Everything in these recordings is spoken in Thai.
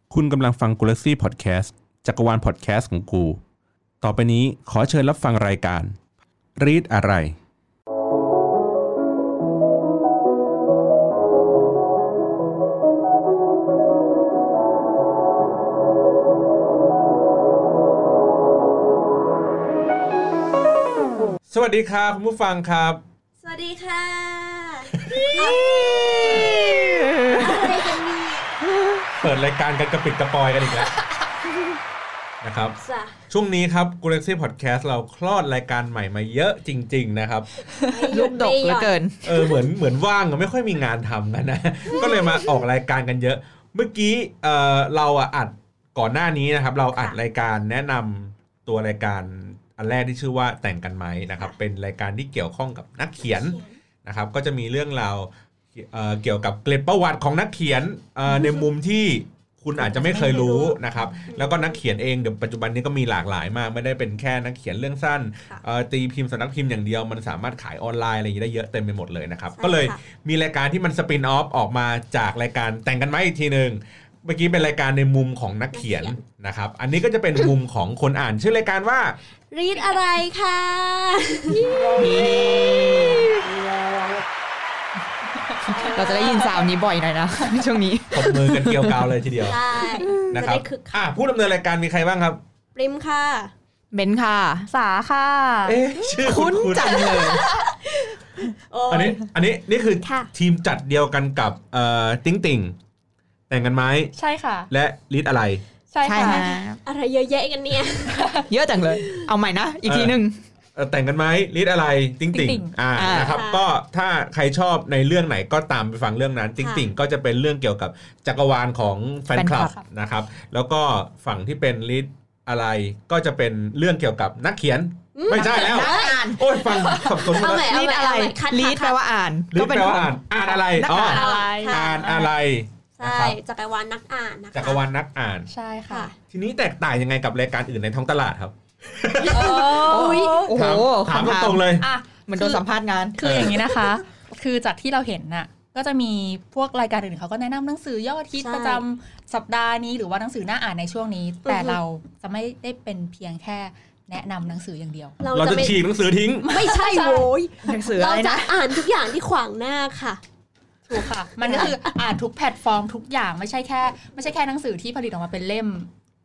คุณกำลังฟัง Galaxy Podcast จักรวาลพอดแคสต์ของกูต่อไปนี้ขอเชิญรับฟังรายการ Read อะไรสวัสดีครับคุณผู้ฟังครับสวัสดีค่ะเปิดรายการกันกระปิดกระปอยกันอีกแล้วนะครับช่วงนี้ครับ Galaxy Podcast เราคลอดรายการใหม่มาเยอะจริงๆนะครับลูกดกเหลือเกินเหมือนว่างไม่ค่อยมีงานทำกันนะก็เลยมาออกรายการกันเยอะเมื่อกี้เราอัดก่อนหน้านี้นะครับเราอัดรายการแนะนำตัวรายการอันแรกที่ชื่อว่าแต่งกันไหมนะครับเป็นรายการที่เกี่ยวข้องกับนักเขียนนะครับก็จะมีเรื่องราวเกี่ยวกับเกร็ดประวัติของนักเขียนในมุมที่คุณอาจจะไม่เคยรู้นะครับแล้วก็นักเขียนเองเดี๋ยวปัจจุบันนี้ก็มีหลากหลายมากไม่ได้เป็นแค่นักเขียนเรื่องสั้นตีพิมพ์สำนักพิมพ์อย่างเดียวมันสามารถขายออนไลน์อะไรอย่างนี้ได้เยอะเต็มไปหมดเลยนะครับก็เลยมีรายการที่มันสปินออฟออกมาจากรายการแต่งกันไหมอีกทีนึงเมื่อกี้เป็นรายการในมุมของนักเขียนนะครับอันนี้ก็จะเป็นมุมของคนอ่านชื่อรายการว่า Read อะไรค่ะเราจะได้ยินซาวนี้บ่อยหน่อยนะช่วงนี้ตบมือกันเกลียวกราวเลยทีเดียวนะครับผู้ดำเนินรายการมีใครบ้างครับปริมค่ะเบนค่ะสาค่ะชื่อคุ้นจังเลยอันนี้นี่คือทีมจัดเดียวกันกับติ๊งติ่งแต่งกันไหมใช่ค่ะและลิดอะไรใช่ค่ะอะไรเยอะแยะกันเนี่ยเยอะจังเลยเอาใหม่นะอีกทีนึงแต่งกันไหมลิดอะไรติ๊งติ่งนะครับก็ถ้าใครชอบในเรื่องไหนก็ตามไปฟังเรื่องนั้นติ๊งติ่งก็จะเป็นเรื่องเกี่ยวกับจักรวาลของแฟนคลับนะครับแล้วก็ฝั่งที่เป็นลิดอะไรก็จะเป็นเรื่องเกี่ยวกับนักเขียนไม่ใช่แล้วโอ้ยฟังสับสนแล้วลิดอะไรลิดแปลว่าอ่านก็เป็นอ่านอะไรอ๋ออ่านอะไรใช่จักรวาลนักอ่านนะคะจักรวาลนักอ่านใช่ค่ะทีนี้แตกต่างยังไงกับรายการอื่นในท้องตลาดครับโอ้โหถามตรงเลยเหมือนโดนสัมภาษณ์งานคืออย่างนี้นะคะคือจากที่เราเห็นน่ะก็จะมีพวกรายการอื่นเขาก็แนะนำหนังสือยอดฮิตประจำสัปดาห์นี้หรือว่าหนังสือน่าอ่านในช่วงนี้แต่เราจะไม่ได้เป็นเพียงแค่แนะนำหนังสืออย่างเดียวเราจะฉีกหนังสือทิ้งไม่ใช่โว้ยหนังสืออะไรนะเราจะอ่านทุกอย่างที่ขวางหน้าค่ะถูกค่ะมันก็คืออ่านทุกแพลตฟอร์มทุกอย่างไม่ใช่แค่หนังสือที่ผลิตออกมาเป็นเล่ม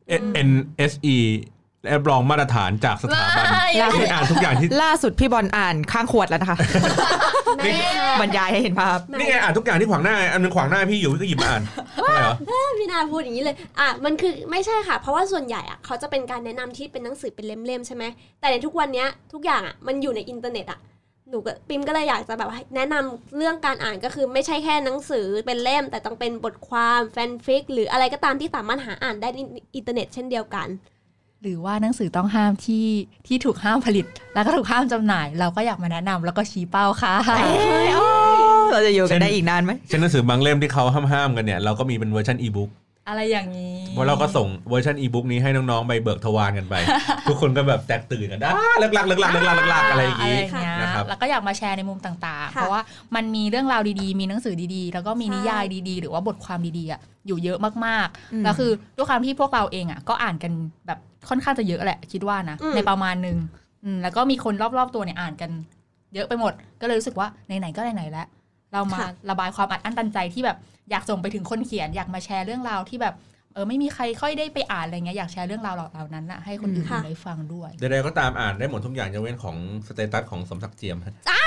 NSE และรองมาตรฐานจากสถาบันอ่านทุกอย่างที่ล่าสุดพี่บอลอ่านข้างขวดแล้วนะคะบรรยายให้เห็นภาพนี่ไงอ่านทุกอย่างที่ขวางหน้าอันนึงขวางหน้าพี่อยู่พี่ก็หยิบมาอ่านทำไมเหรอพี่นาพูดอย่างนี้เลยมันคือไม่ใช่ค่ะเพราะว่าส่วนใหญ่เขาจะเป็นการแนะนำที่เป็นหนังสือเป็นเล่มๆใช่ไหมแต่ในทุกวันนี้ทุกอย่างมันอยู่ในอินเทอร์เน็ตหนูกับปิมก็เลยอยากจะแบบแนะนำเรื่องการอ่านก็คือไม่ใช่แค่หนังสือเป็นเล่มแต่ต้องเป็นบทความแฟนฟิกหรืออะไรก็ตามที่สามารถหาอ่านได้ในอินเทอร์เน็ตเช่นเดียวกันหรือว่าหนังสือต้องห้ามที่ถูกห้ามผลิตแล้วก็ถูกห้ามจำหน่ายเราก็อยากมาแนะนำแล้วก็ชี้เป้าค่ะเราจะอยู่กันได้อีกนานไหมเช่นหนังสือบางเล่มที่เขาห้ามกันเนี่ยเราก็มีเป็นเวอร์ชันอีบุ๊กอะไรอย่างนี้เพราะเราก็ส่งเวอร์ชันอีบุ๊กนี้ให้น้องๆไปเบิกทวารกันไป ทุกคนก็แบบแตกตื่นกันเลิกลักอะไรอย่างนี้นะครับแล้วก็อยากมาแชร์ในมุมต่างๆเพราะว่ามันมีเรื่องราวดีๆมีหนังสือดีๆแล้วก็มีนิยายดีๆหรือว่าบทความดีๆอยู่เยอะมากๆแล้วคือด้วยความที่พวกเราเองก็อ่านกันแบบค่อนข้างจะเยอะแหละคิดว่านะในประมาณนึงแล้วก็มีคนรอบๆตัวเนี่ยอ่านกันเยอะไปหมดก็เลยรู้สึกว่าไหนๆก็ไหนๆแล้วเรามาระบายความอัดอั้นตันใจที่แบบอยากส่งไปถึงคนเขียนอยากมาแชร์เรื่องราวที่แบบไม่มีใครค่อยได้ไปอ่านอะไรเงี้ยอยากแชร์เรื่องราวเหล่านั้นให้คนอื่นได้ฟังด้วยใดๆก็ตามอ่านได้หมดทุกอย่างยกเว้นของสเตตัสของสมศักดิ์เจียม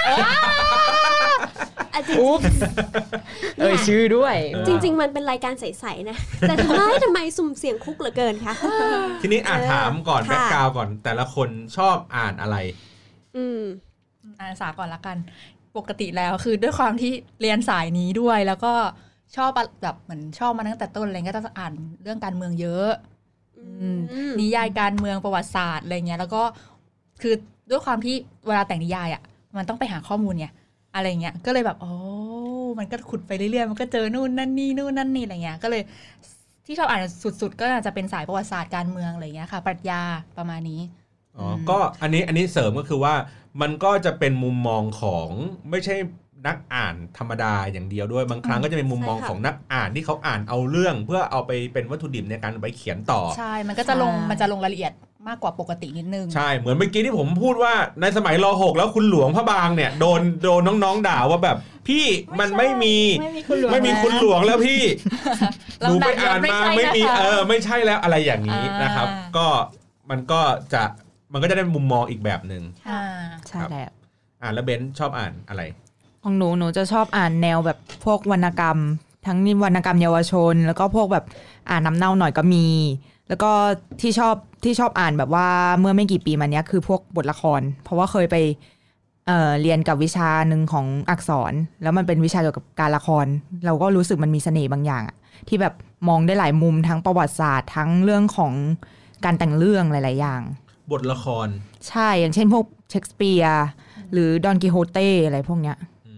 ชื่อด้วยจริงๆมันเป็นรายการใสๆนะแต่ทำไมสุ่มเสี่ยงคุกเหลือเกินคะทีนี้ถามก่อนแบ็คกราวด์ก่อนแต่ละคนชอบอ่านอะไรอ่านสาก่อนละกันปกติแล้วคือด้วยความที่เรียนสายนี้ด้วยแล้วก็ชอบแบบเหมือนชอบมาตั้งแต่ต้นอะไรก็จะอ่านเรื่องการเมืองเยอะนิยายการเมืองประวัติศาสตร์อะไรเงี้ยแล้วก็คือด้วยความที่เวลาแต่งนิยายมันต้องไปหาข้อมูลไงอะไรเงี้ยก็เลยแบบมันก็ขุดไปเรื่อยๆมันก็เจอนู่นนั่นนี่อะไรเงี้ยก็เลยที่ชอบอ่านสุดๆก็อาจจะเป็นสายประวัติศาสตร์การเมืองอะไรเงี้ยค่ะปรัชญาประมาณนี้ก็อันนี้เสริมก็คือว่ามันก็จะเป็นมุมมองของไม่ใช่นักอ่านธรรมดาอย่างเดียวด้วยบางครั้งก็จะเป็นมุมมองของนักอ่านที่เขาอ่านเอาเรื่องเพื่อเอาไปเป็นวัตถุดิบในการไปเขียนต่อใช่มันจะลงรายละเอียดมากกว่าปกตินิดนึงใช่เหมือนเมื่อกี้ที่ผมพูดว่าในสมัยร.6 แล้วคุณหลวงพระบางเนี่ยโดนน้องๆด่าว่าแบบพี่มันไม่มีคุณหลวงแล้วพี่หนูไปอ่านมาไม่มีไม่ใช่แล้วอะไรอย่างนี้นะครับก็มันก็จะได้มุมมองอีกแบบนึงใช่แล้วแล้วเบนชอบอ่านอะไรของหนูจะชอบอ่านแนวแบบพวกวรรณกรรมทั้งวรรณกรรมเยาวชนแล้วก็พวกแบบอ่านน้ำเน่าหน่อยก็มีแล้วก็ที่ชอบอ่านแบบว่าเมื่อไม่กี่ปีมาเนี้ยคือพวกบทละครเพราะว่าเคยไปเรียนกับวิชาหนึ่งของอักษรแล้วมันเป็นวิชาเกี่ยวกับการละครเราก็รู้สึกมันมีเสน่ห์บางอย่างที่แบบมองได้หลายมุมทั้งประวัติศาสตร์ทั้งเรื่องของการแต่งเรื่องหลายๆอย่างบทละครใช่อย่างเช่นพวกเชคสเปียร์หรือดอนกิโฮเต้อะไรพวกเนี้ย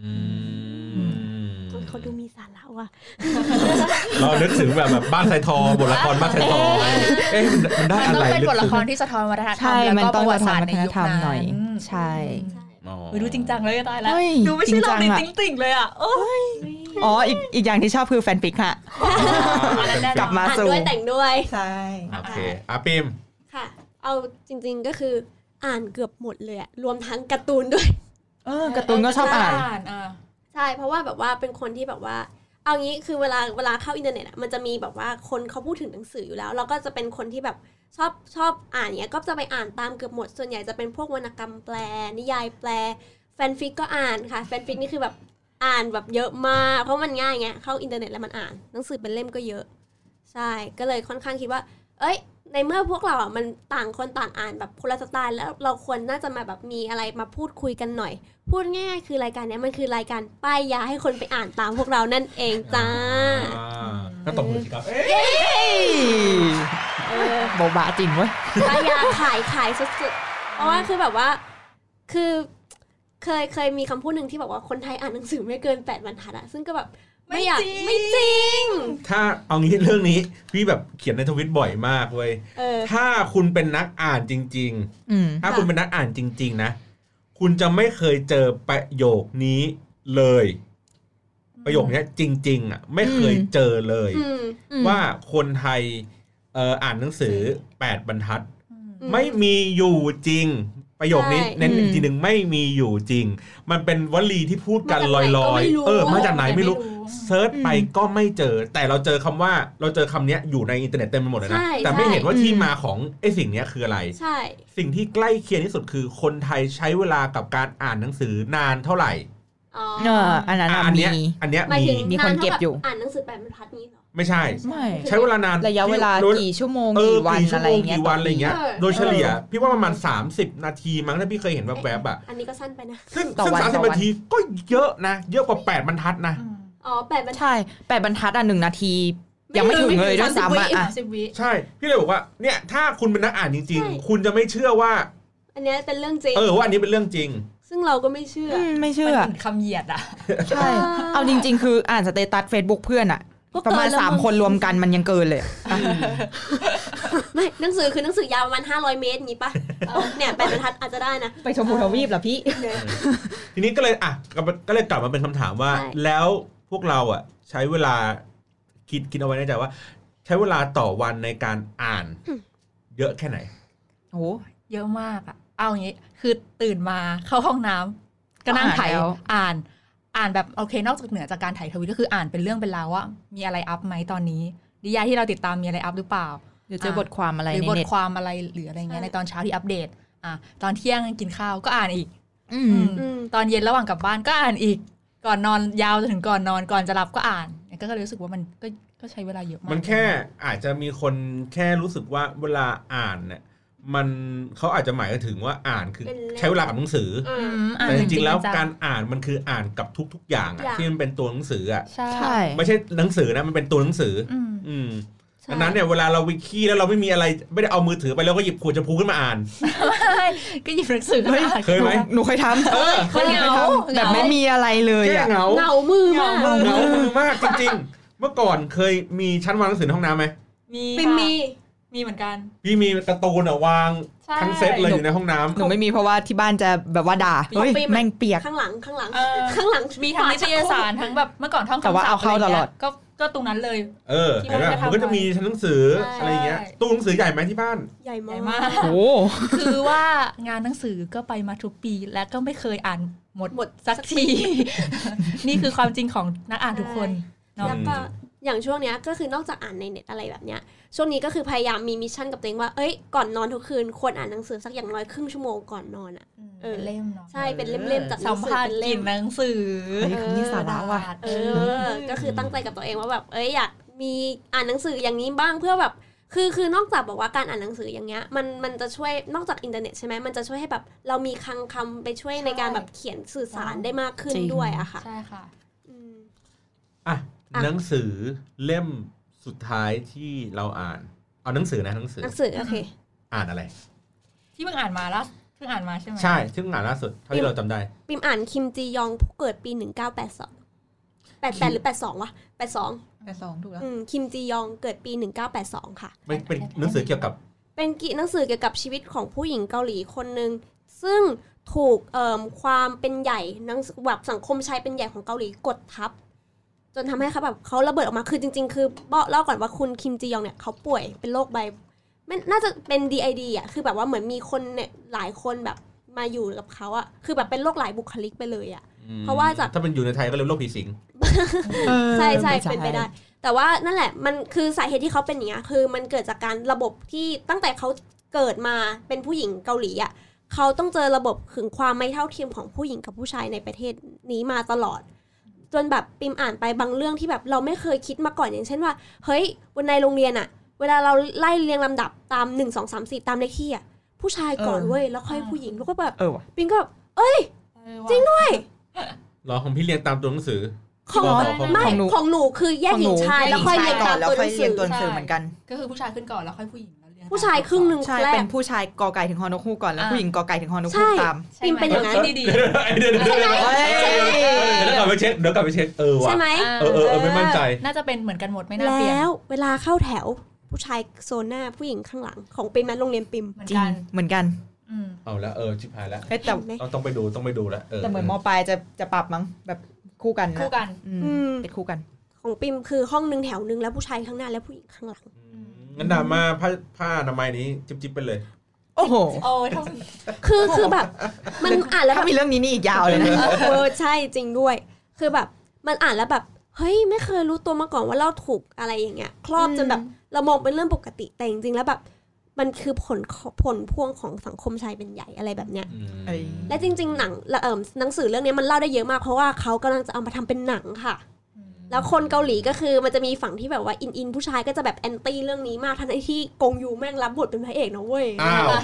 เขาดูมีสาระว่ะเรานึกถึงแบบบ้านไซทอบทละครบ้านไซทอมันได้อะไรเป็นบทละครที่สะท้อนวัฒนธรรมแล้วก็ประวัติศาสตร์ในยุคนั้นใช่ดูจริงจังเลยตายแล้วดูไม่ใช่เราในติ่งๆเลยอ่ะอ๋ออีกอย่างที่ชอบคือแฟนฟิกค่ะกลับมาสู่ด้วยแต่งด้วยใช่โอเคปิมค่ะเอาจริงๆก็คืออ่านเกือบหมดเลยรวมทั้งการ์ตูนด้วยการ์ตูนก็ชอบอ่านใช่เพราะว่าแบบว่าเป็นคนที่แบบว่าเอางี้คือเวลาเข้าอินเทอร์เน็ตมันจะมีแบบว่าคนเขาพูดถึงหนังสืออยู่แล้วเราก็จะเป็นคนที่แบบชอบอ่านเนี้ยก็จะไปอ่านตามเกือบหมดส่วนใหญ่จะเป็นพวกวรรณกรรมแปลนิยายแปลแฟนฟิกก็อ่านค่ะแฟนฟิกนี่คือแบบอ่านแบบเยอะมากเพราะมันง่ายไงเข้าอินเทอร์เน็ตแล้วมันอ่านหนังสือเป็นเล่มก็เยอะใช่ก็เลยค่อนข้างคิดว่าในเมื่อพวกเรามันต่างคนต่างอ่านแบบคนละสไตล์แล้วเราควรน่าจะมาแบบมีอะไรมาพูดคุยกันหน่อยพูดง่ายๆคือรายการนี้มันคือรายการป้ายยาให้คนไปอ่านตามพวกเรานั่นเองจ้าก็ตบมือสิครับโบบะจริงเว้ยป้ายยาขายสุดๆเพราะว่าคือแบบว่าคือเคยมีคำพูดหนึ่งที่บอกว่าคนไทยอ่านหนังสือไม่เกิน8 บรรทัดอะซึ่งก็แบบไม่จริงถ้าเอางี้เรื่องนี้พี่แบบเขียนในทวิตบ่อยมากเว้ยถ้าคุณเป็นนักอ่านจริงๆถ้าคุณเป็นนักอ่านจริงๆนะคุณจะไม่เคยเจอประโยคนี้เลยประโยคนี้จริงๆอ่ะไม่เคยเจอเลยว่าคนไทยอ่านหนังสือ8 บรรทัดไม่มีอยู่จริงประโยคนี้เน้นอีกทีนึงไม่มีอยู่จริงมันเป็นวลีที่พูดกันลอยๆมาจากไหนไม่รู้เซิร์ชไปก็ไม่เจอแต่เราเจอคำนี้อยู่ในอินเทอร์เน็ตเต็มไปหมดเลยนะแต่ไม่เห็นว่าที่มาของไอ้สิ่งนี้คืออะไรสิ่งที่ใกล้เคียงที่สุดคือคนไทยใช้เวลากับการอ่านหนังสือนานเท่าไหร่อันนี้มีคนเก็บอยู่อ่านหนังสือ8 บรรทัดนี้เหรอไม่ใช่ใช้เวลานานระยะเวลากี่ชั่วโมงกี่วันอะไรเงี้ยโดยเฉลี่ยพี่ว่าประมาณ30 นาทีมั้งถ้าพี่เคยเห็นแวบๆอ่ะอันนี้ก็สั้นไปนะซึ่ง30 นาทีก็เยอะนะเยอะกว่า8 บรรทัดนะ 8 บรรทัดใช่8 บรรทัด1 นาทียังไม่ถึงเลยด้วยซ้ำใช่พี่เลยบอกว่าเนี่ยถ้าคุณเป็นนักอ่านจริงๆคุณจะไม่เชื่อว่าอันนี้เป็นเรื่องจริงว่าอันนี้เป็นเรื่องจริงซึ่งเราก็ไม่เชื่อมันเป็นคำเหยียดอ่ะใช่เอาจริงๆคืออ่านสเตตัส Facebook เพื่อนอ่ะประมาณ3 คนรวมกันมันยังเกินเลยไม่หนังสือคือหนังสือยาวประมาณ500 เมตรอย่างงี้ป่ะเนี่ย8 บรรทัดอาจจะได้นะไปชมพูทวีปเหรอพี่ทีนี้ก็เลยก็เลยกลับมาเป็นคำถามว่าแล้วพวกเราอ่ะใช้เวลาคิดเอาไว้ในใจว่าใช้เวลาต่อวันในการอ่านเยอะแค่ไหนโอ้เยอะมากอ่ะเอาอย่างงี้คือตื่นมาเข้าห้องน้ำก็นั่งไถอ่านแบบโอเคนอกจากเหนือจากการถ่ายทวิตก็คืออ่านเป็นเรื่องเป็นราวว่ามีอะไรอัพไหมตอนนี้นิยายที่เราติดตามมีอะไรอัพหรือเปล่าหรือเจอบทความอะไรในเน็ตหรือบทความอะไรหรืออะไรเงี้ยในตอนเช้าที่อัปเดตตอนเที่ยงกินข้าวก็อ่านอีกตอนเย็นระหว่างกลับบ้านก็อ่านอีกก่อนนอนยาวจนถึงก่อนนอนก่อนจะหลับก็อ่านก็รู้สึกว่ามันก็ใช้เวลาเยอะมากมันแค่อาจจะมีคนแค่รู้สึกว่าเวลาอ่านเนี่ยมันเขาอาจจะหมายถึงว่าอ่านคือใช้เวลากับหนังสือแต่จริงๆแล้วการอ่านมันคืออ่านกับทุกๆอย่างที่มันเป็นตัวหนังสือใช่ไม่ใช่หนังสือนะมันเป็นตัวหนังสือดังนั้นเนี่ยเวลาเราวิคีแล้วเราไม่มีอะไรไม่ได้เอามือถือไปแล้วก็หยิบขวดชมพูขึ้นมาอ่านก็หยิบหนังสือเคยไหมหนูเคยทำแบบไม่มีอะไรเลยอ่ะเหงามือมากจริงๆเมื่อก่อนเคยมีชั้นวางหนังสือในห้องน้ำไหมมีมีเหมือนกันพี่มีการ์ตูนวางทั้งเซตเลยอยู่ในห้องน้ำหนูไม่มีเพราะว่าที่บ้านจะแบบว่าด่าเฮ้ยแม่งเปียกข้างหลังข้างหลังมีทั้งนิตยสารทั้งแบบเมื่อก่อนท่องคำศัพท์แต่ว่าเอาเข้าตลอดก็ตรงนั้นเลยเห็นไหมมันก็จะมีชั้นหนังสืออะไรอย่างเงี้ยตู้หนังสือใหญ่ไหมที่บ้านใหญ่มากโอ้คือว่างานหนังสือก็ไปมาทุกปีและก็ไม่เคยอ่านหมดสักที นี่คือความจริงของนักอ่านทุกคนเนาะแล้วก็อย่างช่วงเนี้ยก็คือนอกจากอ่านในเน็ตอะไรแบบเนี้ยช่วงนี้ก็คือพยายามมีมิชชั่นกับตัวเองว่าก่อนนอนทุกคืนควรอ่านหนังสือสักอย่างน้อยครึ่งชั่วโมงก่อนนอนอ่ะเป็นเล่มเนาะใช่เป็นเล่มๆจากหนัสังมสือภาษเป็ณ์นเล่กลิ่มนหนังสือมีสาระว่ะก็คือตั้งใจกับตัวเองว่าแบบอยากมีอ่านหนังสืออย่างนี้บ้างเพื่อแบบคือนอกจากบอกว่าการอ่านหนังสืออย่างเงี้ยมันจะช่วยนอกจากอินเทอร์เน็ตใช่ไหมมันจะช่วยให้แบบเรามีคลังคำไปช่วยในการแบบเขียนสื่อสารได้มากขึ้นด้วยอะค่ะใช่ค่ะหนังสือเล่มสุดท้ายที่เราอ่านเอาหนังสือหนังสือโอเคอ่านอะไรที่เพิ่งอ่านมาแล้วเพิ่งอ่านมาใช่ไหมใช่ที่เพิ่งอ่านล่าสุดเท่าที่เราจำได้ปิมอ่านคิมจียองผู้เกิดปี1982 88หรือ82วะ82 ถูกแล้วคิมจียองเกิดปี1982ค่ะเป็นหนังสือเกี่ยวกับเป็นหนังสือเกี่ยวกับชีวิตของผู้หญิงเกาหลีคนนึงซึ่งถูกความเป็นใหญ่แบบสังคมชายเป็นใหญ่ของเกาหลีกดทับจนทำให้เขาแบบเขาระเบิดออกมาคือจริงๆคือเล่าก่อนว่าคุณคิมจียองเนี่ยเขาป่วยเป็นโรคใบน่าจะเป็น DID อ่ะคือแบบว่าเหมือนมีคนเนี่ยหลายคนแบบมาอยู่กับเขาอ่ะคือแบบเป็นโรคหลายบุคลิกไปเลยอ่ะเพราะว่าจากถ้าเป็นอยู่ในไทยก็เรียกโรคผีสิงใช่เป็นไปได้แต่ว่านั่นแหละมันคือสาเหตุที่เขาเป็นอย่างนี้คือมันเกิดจากการระบบที่ตั้งแต่เขาเกิดมาเป็นผู้หญิงเกาหลีอ่ะเขาต้องเจอระบบถึงความไม่เท่าเทียมของผู้หญิงกับผู้ชายในประเทศนี้มาตลอดจนแบบปิมอ่านไปบางเรื่องที่แบบเราไม่เคยคิดมาก่อนอย่างเช่นว่าเฮ้ยวันในโรงเรียนอะเวลาเราไล่เรียงลำดับตาม1 2 3 4ตามเลขที่อะผู้ชายก่อนเว้ยแล้วค่อยผู้หญิงแล้วก็แบบปิมก็แบบจริงด้วยหรอของพี่เรียนตามตัวหนังสือของหนูคือแยกหญิงชายแล้วค่อยเรียงตามตัวหนังสือเหมือนกันก็คือผู้ชายขึ้นก่อนแล้วค่อยผู้หญิงผู้ชายครึ่งนึงใช่เป็นผู้ชายกอไก่ถึงฮอนกฮูกก่อนแล้วผู้หญิงกอไก่ถึงฮอนกฮูกตามปิมเป็นอย่างนั้นดีๆเดี๋ยวกลับไปเช็คว่ะใช่ไหมไม่มั่นใจน่าจะเป็นเหมือนกันหมดไม่น่าเปลี่ยนแล้วเวลาเข้าแถวผู้ชายโซนหน้าผู้หญิงข้างหลังของปิมโรงเรียนปิมจริงเหมือนกันเอาแล้วชิบหายแล้วแต่ต้องไปดูแล้วแต่เหมือนม.ปลายจะปรับมั้งแบบคู่กันเป็นคู่กันของปิมคือห้องนึงแถวนึงแล้วผู้ชายข้างหน้าแล้วผู้หญิงข้างหลังงั้นดราม่าผ้าอนามัยนี้จิ๊บไปเลยโอ้โหคือแบบมันอ่านแล้วถ้ามีเรื่องนี้นี่อีกยาวเลยนะใช่จริงด้วยคือแบบมันอ่านแล้วแบบเฮ้ยไม่เคยรู้ตัวมาก่อนว่าเราถูกอะไรอย่างเงี้ยครอบจนแบบเรามองเป็นเรื่องปกติแต่จริงๆแล้วแบบมันคือผลพวงของสังคมชายเป็นใหญ่อะไรแบบเนี้ยและจริงๆหนังสือเรื่องนี้มันเล่าได้เยอะมากเพราะว่าเขากำลังจะเอามาทำเป็นหนังค่ะแล้วคนเกาหลีก็คือมันจะมีฝั่งที่แบบว่าอินผู้ชายก็จะแบบแอนตี้เรื่องนี้มากทั้งที่กงยูแม่งรับบทเป็นพระเอกนะเว้ย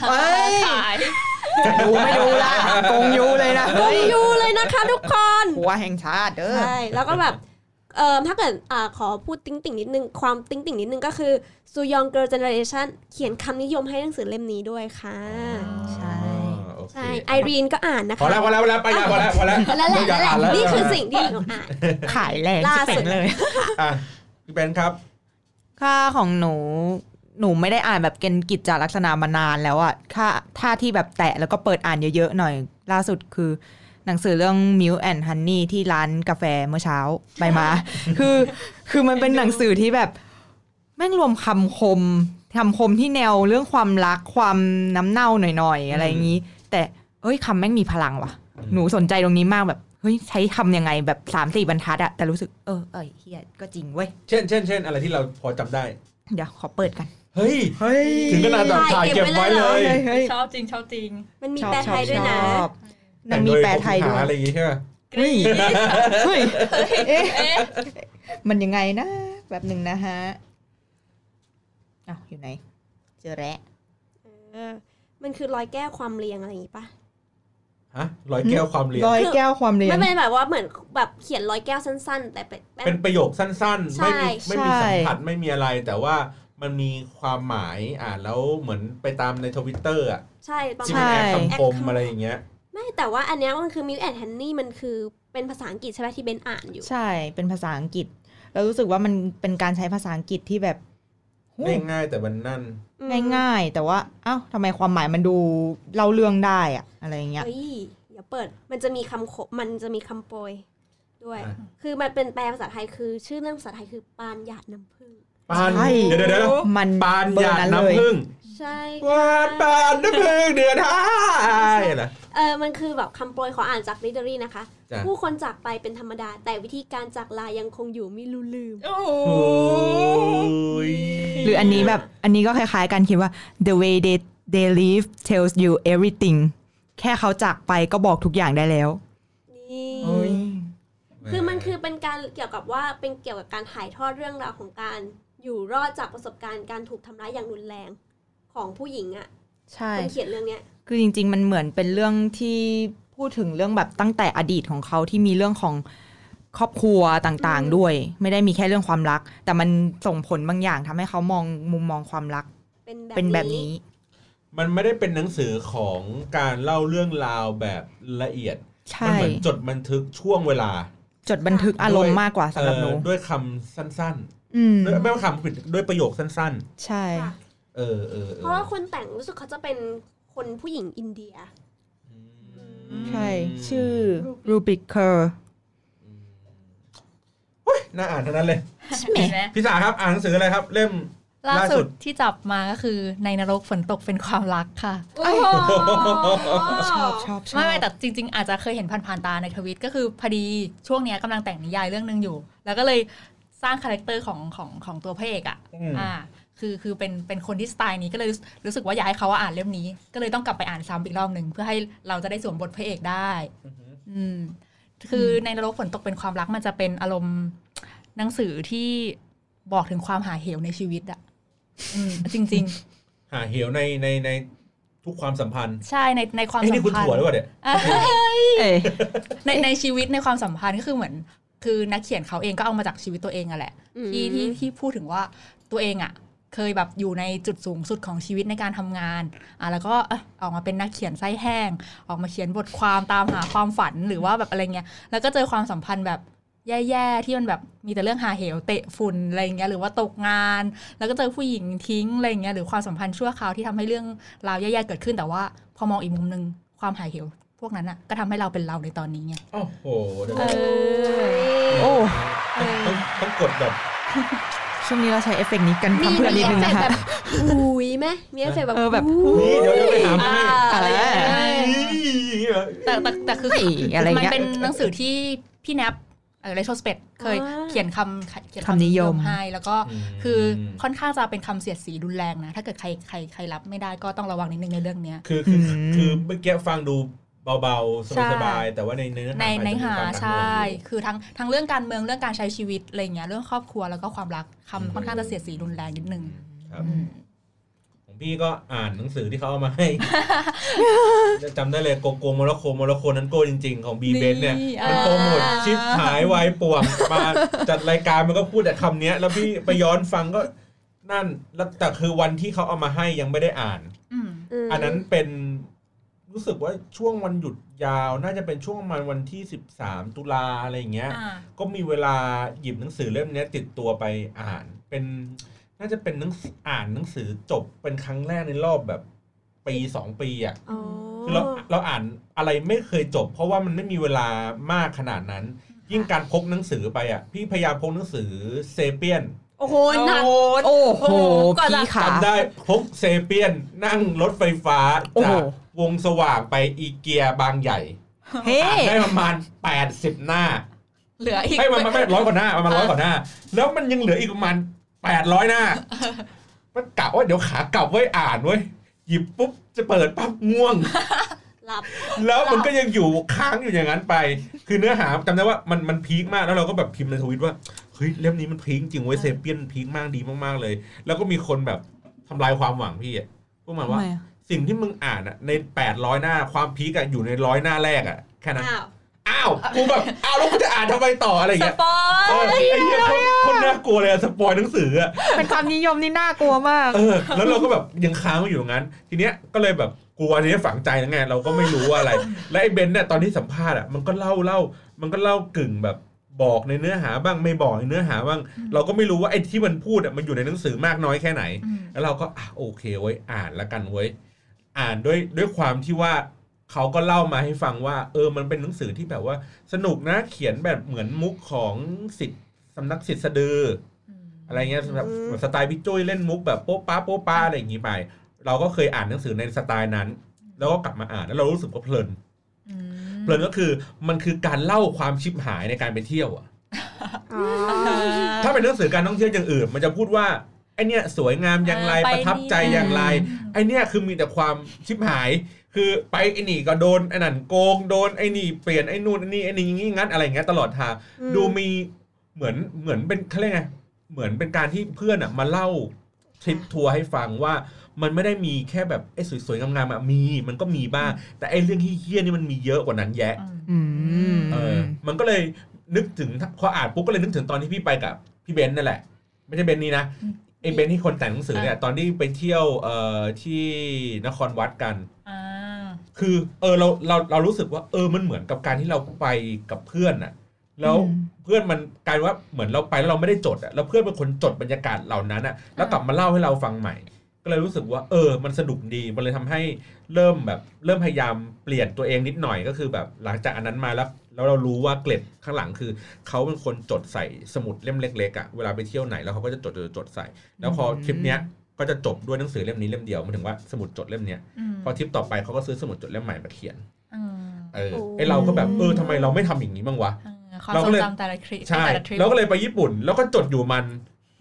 ไม่ดูละกงยูเลยนะกงยูเลยนะคะทุกคนหัวแห่งชาติใช่แล้วก็แบบถ้าเกิดขอพูดติ๊งนิดนึงความติ๊งนิดนึงก็คือ Sooyoung Girl Generation เขียนคำนิยมให้หนังสือเล่มนี้ด้วยค่ะใช่ไอรีนก็อ่านนะคะพอแล้วไปแล้วพอแล้วนี่คือสิ่งที่หนูอ่านขายแรงที่สุดเลยพี่เป็นครับค่าของหนูไม่ได้อ่านแบบเป็นกิจจลักษณะมานานแล้วอะถ้าที่แบบแตะแล้วก็เปิดอ่านเยอะๆหน่อยล่าสุดคือหนังสือเรื่อง Milk and Honey ที่ร้านกาแฟเมื่อเช้าไปมา คือมันเป็นหนังสือที่แบบแม่งรวมคำคมที่แนวเรื่องความรักความน้ำเน่าหน่อยๆอะไรอย่างนี้แต่คำแม่งมีพลังว่ะหนูสนใจตรงนี้มากแบบเฮ้ยใช้คำยังไงแบบ 3-4 บรรทัดอะแต่รู้สึกเฮียก็จริงเว้ยเช่นอะไรที่เราพอจำได้เดี๋ยวขอเปิดกันเฮ้ยถึงขนาดถ่ายเก็บไว้เลยชอบจริงมันมีแปลไทยด้วยนะมันมีแปลไทยด้วยอะไรอย่างงี้ใช่ไหมเฮ้ยมันยังไงนะแบบหนึ่งนะฮะอยู่ไหนเจอแล้วมันคือร้อยแก้วความเรียงอะไรอย่างงี้ป่ะฮะร้อยแก้วความเรียงร้อยแก้วความเรียงไม่เป็นแบบว่าเหมือนแบบเขียนร้อยแก้วสั้นๆแต่เป็นประโยคสั้นๆไม่มีสัมผัสไม่มีอะไรแต่ว่ามันมีความหมายแล้วเหมือนไปตามใน Twitter อ่ะใช่ประมาณคำคมอะไรอย่างเงี้ยไม่แต่ว่าอันเนี้ยมันคือ Milk and Honey มันคือเป็นภาษาอังกฤษใช่ไหมที่เบนอ่านอยู่ใช่เป็นภาษาอังกฤษแล้วรู้สึกว่ามันเป็นการใช้ภาษาอังกฤษที่แบบโหง่ายๆแต่มันนั่นง่ายๆแต่ว่าเอ้าทำไมความหมายมันดูเล่าเรื่องได้อะอะไรเงี้ยเฮ้ยเดี๋ยวเปิดมันจะมีคำโปรยด้วย คือมันเป็นแปลภาษาไทยคือชื่อเรื่องภาษาไทยคือปานหยาดน้ำผึ้งปานใช่เดี๋ยวมันปานหยาดน้ำผึ้งใช่หวานปานน้ำผึ้งเดือดท้ายเหรอมันคือแบบคำโปรยขออ่านจากลิเดอรี่นะคะจ้ะผู้คนจากไปเป็นธรรมดา แต่วิธีการจากลายังคงอยู่ไม่รู้ลืมโอ้โหโอ้ยหรืออันนี้แบบอันนี้ก็คล้ายๆกันคิดว่า the way they live tells you everything แค่เขาจากไปก็บอกทุกอย่างได้แล้วนี่โอ้ยคือมันคือเป็นการเกี่ยวกับว่าเป็นเกี่ยวกับการถ่ายทอดเรื่องราวของการอยู่รอดจากประสบการณ์การถูกทำร้ายอย่างรุนแรงของผู้หญิงอ่ะใช่คนเขียนเรื่องเนี้ยคือจริงๆมันเหมือนเป็นเรื่องที่พูดถึงเรื่องแบบตั้งแต่อดีตของเขาที่มีเรื่องของครอบครัวต่างๆด้วย ไม่ได้มีแค่เรื่องความรัก แต่มันส่งผลบางอย่างทำให้เขามองมุมมองความรักเป็นแบบนี้มันไม่ได้เป็นหนังสือของการเล่าเรื่องราวแบบละเอียดใช่มันเหมือนจดบันทึกช่วงเวลาจดบันทึกอารมณ์มากกว่าสำหรับหนูด้วยคำสั้นอืมๆด้วยไม่ว่าคำผิดด้วยประโยคสั้นใช่ค่ะๆเพราะว่าคนแต่งรู้สึกเขาจะเป็นคนผู้หญิงอินเดียใช่ ชื่อรูบิกเคอร์น่าอ่านทั้งนั้นเลยใช่ไหมเห็นไหมพี่สาครับอ่านหนังสืออะไรครับ เล่มล่าล่าสุสุดดที่จับมาก็คือในนรกฝนตกเป็นความรักค่ะโอ้โหชอบไม่แต่จริงๆ อาจจะเคยเห็นผ่านๆตาในทวิตก็คือพอดีช่วงเนี้ยกำลังแต่งนิยายเรื่องนึงอยู่ แล้วก็เลยสร้างคาแรคเตอร์ของตัวพระเอกอ่ะคือเป็นคนที่สไตล์นี้ก็เลยรู้สึกว่าอยากให้เขาอ่านเล่มนี้ ก็เลยต้องกลับไปอ่านซ้ำอีกรอบหนึ่งเพื่อให้เราจะได้สวมบทพระเอกได้คือในนรกฝนตกเป็นความรักมันจะเป็นอารมณ์หนังสือที่บอกถึงความหาเหวในชีวิตอ่ะจริงหาเหวในทุกความสัมพันธ์ๆ ใช่ในความไอ้สัมนี่คุณพันถั่วหรือธ์เปล่าเนี่ยเอ้ยในชีวิตในความสัมพันธ์ก็คือเหมือนคือนักเขียนเขาเองก็เอามาจากชีวิตตัวเองอะแหละที่พูดถึงว่าตัวเองอะเคยแบบอยู่ในจุดสูงสุดของชีวิตในการทำงานแล้วก็ออกมาเป็นนักเขียนไส้แห้งออกมาเขียนบทความตามหาความฝันหรือว่าแบบอะไรเงี้ยแล้วก็เจอความสัมพันธ์แบบแย่ๆที่มันแบบมีแต่เรื่องหาเหวเตะฝุ่นอะไรเงี้ยหรือว่าตกงานแล้วก็เจอผู้หญิงทิ้งอะไรเงี้ยหรือความสัมพันธ์ชั่วคราวที่ทำให้เรื่องราวแย่ๆเกิดขึ้นแต่ว่าพอมองอีกมุมนึงความหาเหวพวกนั้นอ่ะก็ทำให้เราเป็นเราในตอนนี้ไงโอ้โหเดี๋ยวโอ้ต้องกดแบบช่วงนี้เราใช้เอฟเฟกต์นี้กันเพื่อนๆนิดนึงนะคะอุ้ยไหมมีเอฟเฟกต์แบบแบบนี่เดี๋ยวไปหามาให้อะไรแต่คืออะไรมันเงี้ยเป็นหนังสือที่พี่แนปเรโทรสเปกเคยเขียนคำนิยมให้แล้วก็คือค่อนข้างจะเป็นคำเสียดสีรุนแรงนะถ้าเกิดใครรับไม่ได้ก็ต้องระวังนิดนึงในเรื่องเนี้ยคือเมื่อกี้ฟังดูเบาๆสบายๆแต่ว่าในเนื้อหาในหาใช่คือทั้งเรื่องการเมืองเรื่องการใช้ชีวิตอะไรเงี้ยเรื่องครอบครัวแล้วก็ความรักคำค่อนข้างจะเสียดสีรุนแรงนิดนึงครับของพี่ก็อ่านหนังสือที่เขาเอามาให้ จำได้เลยโกโกโมร็อกโกนั้นโกจริงๆของบีเบนเนี่ยมันโปรโมทชิปหายวายป่วงมาจัดรายการมันก็พูดแต่คำนี้แล้วพี่ไปย้อนฟังก็นั่นแล้วแต่คือวันที่เขาเอามาให้ยังไม่ได้อ่านอันนั้นเป็นรู้สึกว่าช่วงวันหยุดยาวน่าจะเป็นช่วงประมาณวันที่13ตุลาอะไรอย่างเงี้ยก็มีเวลาหยิบหนังสือเล่มนี้ติดตัวไปอ่านเป็นน่าจะเป็นอ่านหนังสือจบเป็นครั้งแรกในรอบแบบปี2ปีอ่ะคือเราอ่านอะไรไม่เคยจบเพราะว่ามันไม่มีเวลามากขนาดนั้นยิ่งการพกหนังสือไปอ่ะพี่พยายามพกหนังสือเซเปียนโอ้โหหนักโอ้โหพี่ขาจำได้พกเซเปียนนั่งรถไฟฟ้าจากวงสว่างไปอีเกียบางใหญ่อ่านได้ประมาณ80หน้าเหลืออีกไม่100 กว่าหน้าประมาณ100 กว่าหน้าแล้วมันยังเหลืออีกประมาณ800หน้ามันกะว่าเดี๋ยวขากลับไว้อ่านเว้ยหยิบปุ๊บจะเปิดปั๊บง่วงแล้วมันก็ยังอยู่ค้างอยู่อย่างนั้นไปคือเนื้อหาจำได้ว่ามันพีคมากแล้วเราก็แบบพิมพ์ในทวิตว่าเฮ้ยเล่มนี้มันพีคจริงเว้ยเซเปียนพีคมากดีมากๆเลยแล้วก็มีคนแบบทำลายความหวังพี่อ่ะพวกมันว่าสิ่งที่มึงอ่านอ่ะใน800หน้าความพีคอ่ะอยู่ใน100หน้าแรกอ่ะแค่นั้นอ้าวกูแบบอ้าวแล้วกูจะอ่านทำไมต่ออะไรอย่างเงี้ยสปอยไอ้เหี้ยคนน่ากลัวเลยสปอยหนังสืออ่ะเป็นความนิยมนี่น่ากลัวมากแล้วเราก็แบบยังค้างอยู่อย่างนั้นทีเนี้ยก็เลยแบบกลัวทีนี้ฝังใจแล้วไงเราก็ไม่รู้ว่าอะไรและไอ้เบนเนี่ยตอนที่สัมภาษณ์อ่ะมันก็เล่ามันก็เล่ากึ่งแบบบอกในเนื้อหาบ้างไม่บอกในเนื้อหาบ้างเราก็ไม่รู้ว่าไอ้ที่มันพูดมันอยู่ในหนังสือมากน้อยแค่ไหนแล้วเราก็โอเคเว้ยอ่านละกันเว้ยอ่านด้วยความที่ว่าเขาก็เล่ามาให้ฟังว่ามันเป็นหนังสือที่แบบว่าสนุกนะเขียนแบบเหมือนมุกของศิษย์สำนักศิษย์สะดืออะไรเงี้ยแบบสไตล์พี่จุ้ยเล่นมุกแบบโป๊ะป้าอะไรอย่างงี้ไปเราก็เคยอ่านหนังสือในสไตล์นั้นแล้วก็กลับมาอ่านแล้วเรารู้สึกว่าเพลินก็คือมันคือการเล่าความชิบหายในการไปเที่ยวอ่ะถ้าเป็นหนังสือการท่องเที่ยวอย่างอื่นมันจะพูดว่าไอเนี้ยสวยงามอย่างไรประทับใจอย่างไรไอเนี้ยคือมีแต่ความชิบหายคือไปไอนี่ก็โดนไอนั่นโกงโดนไอนี่เปลี่ยนไอนู่นไอนี่ไอนี่งี้งั้นอะไรเงี้ยตลอดทางดูมีเหมือนเป็นเขาเรียกไงเหมือนเป็นการที่เพื่อนอ่ะมาเล่าทริปทัวร์ให้ฟังว่ามันไม่ได้มีแค่แบบไอ้สวยๆงามๆมันก็มีบ้างแต่ไอ้เรื่องเหี้ยๆนี่มันมีเยอะกว่านั้นแยะมันก็เลยนึกถึงพออ่านปุ๊บก็เลยนึกถึงตอนที่พี่ไปกับพี่เบนซ์นั่นแหละไม่ใช่เบนซ์นี่นะไอ้เบนซ์ที่คนแต่งหนังสือเนี่ยตอนที่ไปเที่ยวที่นครวัดกันคือเรารู้สึกว่ามันเหมือนกับการที่เราไปกับเพื่อนน่ะแล้วเพื่อนมันกลายว่าเหมือนเราไปแล้วเราไม่ได้จดอ่ะแล้วเพื่อนเป็นคนจดบรรยากาศเหล่านั้นอ่ะแล้วกลับมาเล่าให้เราฟังใหม่ก็เลยรู้สึกว่ามันสนุกดีมันเลยทำให้เริ่มพยายามเปลี่ยนตัวเองนิดหน่อยก็คือแบบหลังจากอันนั้นมาแล้วเรารู้ว่าเกล็ดข้างหลังคือเขาเป็นคนจดใส่สมุดเล่มเล็กๆอ่ะเวลาไปเที่ยวไหนแล้วเขาก็จะจดใส่แล้วพอทริปเนี้ยก็จะจบด้วยหนังสือเล่มนี้เล่มเดียวหมายถึงว่าสมุดจดเล่มเนี้ยพอทริปต่อไปเขาก็ซื้อสมุดจดเล่มใหม่มาเขียนไอเราก็แบบทำไมเราไม่ทำอย่างนี้บ้างวะเราก็เลยแต่ละทริปใช่เราก็เลยไปญี่ปุ่นแล้วก็จดอยู่มัน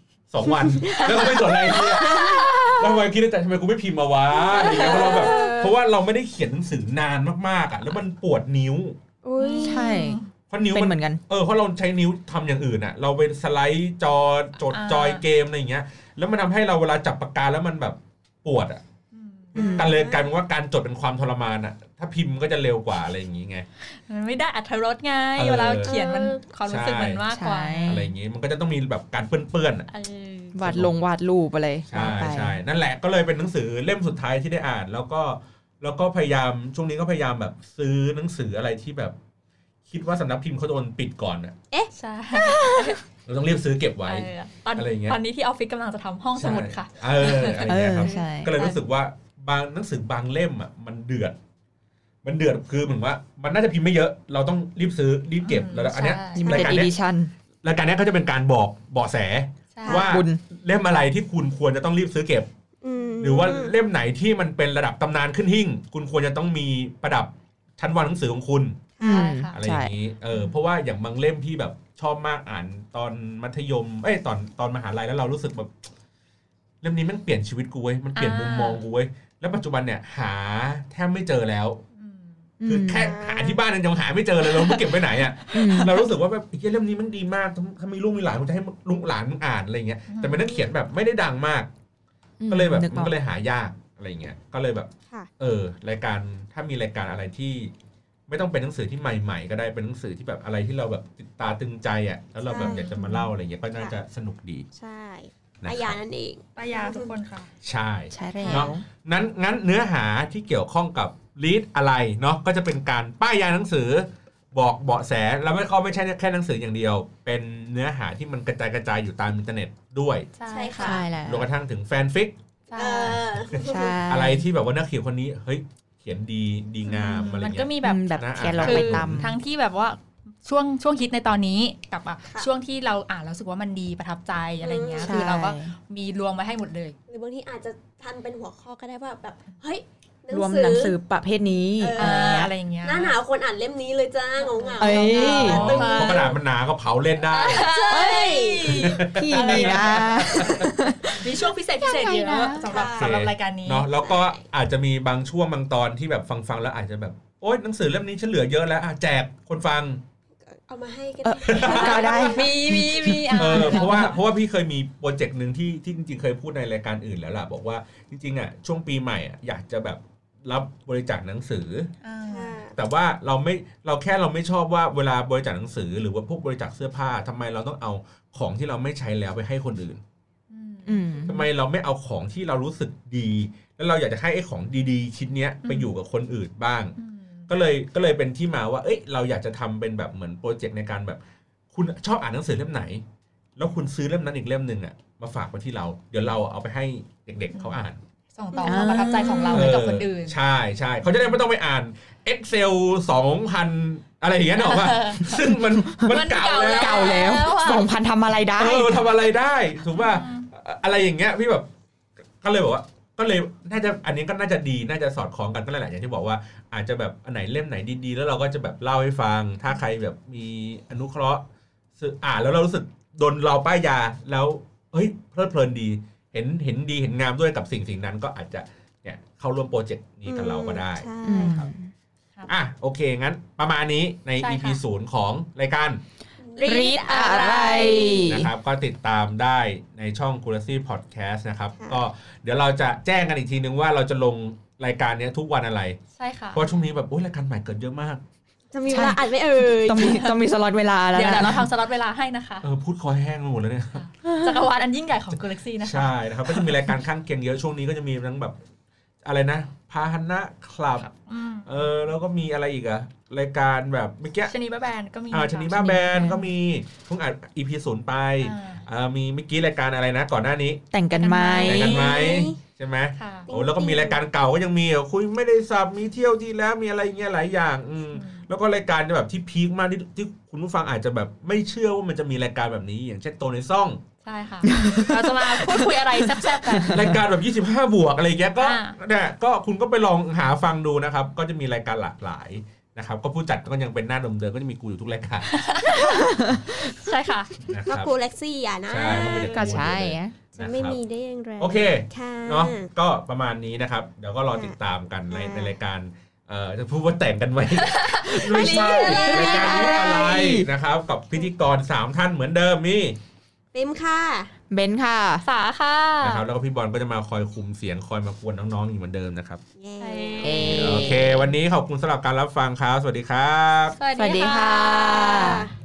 2 วันแล้วก็ไม่จดอะไรเลยแล้ววันคิดในใจทำไมกูไม่พิมพ์มาวะอะไรเงี้ยเพราะว่าเราไม่ได้เขียนหนังสือนานมากๆอ่ะแล้วมันปวดนิ้วใช่เพราะนิ้วมันเหมือนกันเพราะเราใช้นิ้วทำอย่างอื่นอ่ะเราไปสไลด์จอจดจอยเกมอะไรอย่างเงี้ยแล้วมันทำให้เราเวลาจับปากกาแล้วมันแบบปวดอ่ะกันเลยกลายเป็นว่าการจดเป็นความทรมานอ่ะถ้าพิมพ์ก็จะเร็วกว่าอะไรอย่างงี้ไงมันไม่ได้อรรถรสไงเวลาเขียนมันความรู้สึกมันมากกว่าอะไรอย่างงี้มันก็จะต้องมีแบบการเปื้อนๆวาดรูปอะไรใช่นั่นแหละก็เลยเป็นหนังสือเล่มสุดท้ายที่ได้อ่านแล้วก็พยายามช่วงนี้ก็พยายามแบบซื้อหนังสืออะไรที่แบบคิดว่าสำนักพิมพ์เขาโดนปิดก่อนอ่ะใช่เราต้องรีบซื้อเก็บไว้อะไรอย่างเงี้ยตอนนี้ที่ออฟฟิศกำลังจะทำห้องสมุดค่ะอะไรอย่างเงี้ยครับก็เลยรู้สึกว่าบางหนังสือบางเล่มอ่ะมันเดือดคือเหมือนว่ามันน่าจะพิมพ์ไม่เยอะเราต้องรีบซื้อรีบเก็บแล้วอันเนี้ยรายการนี้เขาจะเป็นการบอกเบาะแสว่าเล่มอะไรที่คุณควรจะต้องรีบซื้อเก็บหรือว่าเล่มไหนที่มันเป็นระดับตำนานขึ้นหิ้งคุณควรจะต้องมีประดับชั้นวางหนังสือของคุณอะไรอย่างนี้เพราะว่าอย่างบางเล่มพี่แบบชอบมากอ่านตอนมัธยมตอนมหาลัยแล้วเรารู้สึกแบบเล่มนี้มันเปลี่ยนชีวิตกูเว้ยมันเปลี่ยนมุมมองกูเว้ยแล้วปัจจุบันเนี่ยหาแทบไม่เจอแล้วคือแค่หาที่บ้านยังหาไม่เจอเลยเราไม่เก็บไว้ไหนอ่ะเรารู้สึกว่าแบบเล่มนี้มันดีมากถ้ามีลูกมีหลานคุณจะให้ลูกหลานมึงอ่านอะไรเงี้ยแต่มันนักเขียนแบบไม่ได้ดังมากก็เลยแบบมันก็เลยหายากอะไรเงี้ยก็เลยแบบรายการถ้ามีรายการอะไรที่ไม่ต้องเป็นหนังสือที่ใหม่ๆก็ได้เป็นหนังสือที่แบบอะไรที่เราแบบติดตาตึงใจอ่ะแล้วเราแบบอยากจะมาเล่าอะไรเงี้ยก็น่าจะสนุกดีใช่ป้ายานั่นเองป้ายาทุกคนค่ะใช่แล้วงั้นเนื้อหาที่เกี่ยวข้องกับรีดอะไรเนาะก็จะเป็นการป้ายยาหนังสือบอกเบาะแสแล้วไม่ใช่แค่หนังสืออย่างเดียวเป็นเนื้อหาที่มันกระจายอยู่ตามอินเทอร์เน็ตด้วยใช่ค่ะรวมกระทั่งถึงแฟนฟิกอะไรที่แบบว่านักเขียนคนนี้เฮ้ยเขียนดีงามอะไรเงี้ยมันก็มีแบบเขียนลงไปตามทั้งที่แบบว่าช่วงฮิตในตอนนี้กับช่วงที่เราอ่านแล้วรู้สึกว่ามันดีประทับใจอะไรเงี้ยคือเราก็มีรวมไว้ให้หมดเลยหรือบางทีอาจจะทำเป็นหัวข้อก็ได้ว่าแบบเฮ้ยรวมหนังสือประเภทนี้อะไรอย่างเงี้ยหน้าหนาวคนอ่านเล่มนี้เลยจ้าเหงาเพราะกระดาษมันหนาก็เผาเล่นได้พี่นี่นะมีช่วงพิเศษเยอะสำหรับรายการนี้เนาะแล้วก็อาจจะมีบางช่วงบางตอนที่แบบฟังแล้วอาจจะแบบโอ๊ยหนังสือเล่มนี้ฉันเหลือเยอะแล้วแจกคนฟังเอามาให้กันก็ได้มีเพราะว่าพี่เคยมีโปรเจกต์นึงที่จริงๆเคยพูดในรายการอื่นแล้วล่ะบอกว่าจริงๆอ่ะช่วงปีใหม่อ่ะอยากจะแบบรับบริจาคหนังสือแต่ว่าเราไม่ชอบว่าเวลาบริจาคหนังสือหรือว่าพวกบริจาคเสื้อผ้าทำไมเราต้องเอาของที่เราไม่ใช้แล้วไปให้คนอื่นทำไมเราไม่เอาของที่เรารู้สึกดีแล้วเราอยากจะให้ไอ้ของดีๆชิ้นเนี้ยไปอยู่กับคนอื่นบ้างก็เลยเป็นที่มาว่าเราอยากจะทำเป็นแบบเหมือนโปรเจกต์ในการแบบคุณชอบอ่านหนังสือเล่มไหนแล้วคุณซื้อเล่มนั้นอีกเล่มนึงอ่ะมาฝากไว้ที่เราเดี๋ยวเราเอาไปให้เด็กๆเขาอ่านส่งต่อความประทับใจของเราให้กับคนอื่นใช่เขาจะได้ไม่ต้องไปอ่าน Excel 2,000 อะไรอย่างเงี้ยหรอกว่าซึ่งมันเก่าแล้ว 2,000 ทำอะไรได้ทำอะไรได้ถูกป่ะอะไรอย่างเงี้ยพี่แบบก็เลยบอกว่าก็เลยน่าจะอันนี้ก็น่าจะดีน่าจะสอดคล้องกันก็หลายๆอย่างที่บอกว่าอาจจะแบบอันไหนเล่มไหนดีๆแล้วเราก็จะแบบเล่าให้ฟังถ้าใครแบบมีอนุเคราะห์แล้วเรารู้สึกโดนเราป้ายยาแล้วเฮ้ยเพลิดเพลินดีเห็นดีเห็นงามด้วยกับสิ่งนั้นก็อาจจะเนี่ยเข้าร่วมโปรเจกต์นี้กับเราก็ได้ครับโอเคงั้นประมาณนี้ใน EP 0ของรายการรีดอะไรนะครับก็ติดตามได้ในช่อง Curacy Podcast นะครับก็เดี๋ยวเราจะแจ้งกันอีกทีนึงว่าเราจะลงรายการนี้ทุกวันอะไรใช่ค่ะเพราะช่วงนี้แบบรายการใหม่เกิดเยอะมากจะมีเวลาอัดไม่เอ่ยต้องมีสล็อตเวลาแล้วเดี๋ยวเราทำสล็อตเวลาให้นะคะพูดคอแห้งหมดแล้วเนี่ยจักรวาลอันยิ่งใหญ่ของ Galaxy นะคะใช่นะครับก็จะมีรายการข้างเคียงเยอะช่วงนี้ก็จะมีทั้งแบบอะไรนะพาหนะคลับแล้วก็มีอะไรอีกอะรายการแบบเมื่อกี้ชนีบ้าแบนก็มีชนีบ้าแบนก็มีเพิ่งอัด EP 0ไปมีเมื่อกี้รายการอะไรนะก่อนหน้านี้แต่งกันไหมใช่ไหมโอ้แล้วก็มีรายการเก่าก็ยังมีคุยไม่ได้สับมีเที่ยวที่แล้วมีอะไรเงี้ยหลายอย่างแล้วก็รายการแบบที่พีคมากที่คุณผู้ฟังอาจจะแบบไม่เชื่อว่ามันจะมีรายการแบบนี้อย่างเช่นโตในซ่องใช่ค่ะเราจะมาพูดคุยอะไรแซ่บๆกันรายการแบบ25 บวกอะไรเงี้ยก็เนี่ยก็คุณก็ไปลองหาฟังดูนะครับก็จะมีรายการหลากหลายนะครับก็ผู้จัดก็ยังเป็นหน้าเดิมๆก็จะมีกูอยู่ทุกรายการใช่ค่ะก็กูเล็กซี่อ่ะนะก็ใช่จะไม่มีได้ยังไงโอเคเนาะก็ประมาณนี้นะครับเดี๋ยวก็รอติดตามกันในรายการจะพูดว่าแต่งกันไหมไม่ใช่รายการนี้อะไรนะครับกับพิธีกร3ท่านเหมือนเดิมมีปิมค่ะเบนค่ะสาค่ะนะครับแล้วก็พี่บอลก็จะมาคอยคุมเสียงคอยมากวนน้องๆอยู่เหมือนเดิมนะครับโอเควันนี้ขอบคุณสำหรับการรับฟังครับสวัสดีครับสวัสดีค่ะ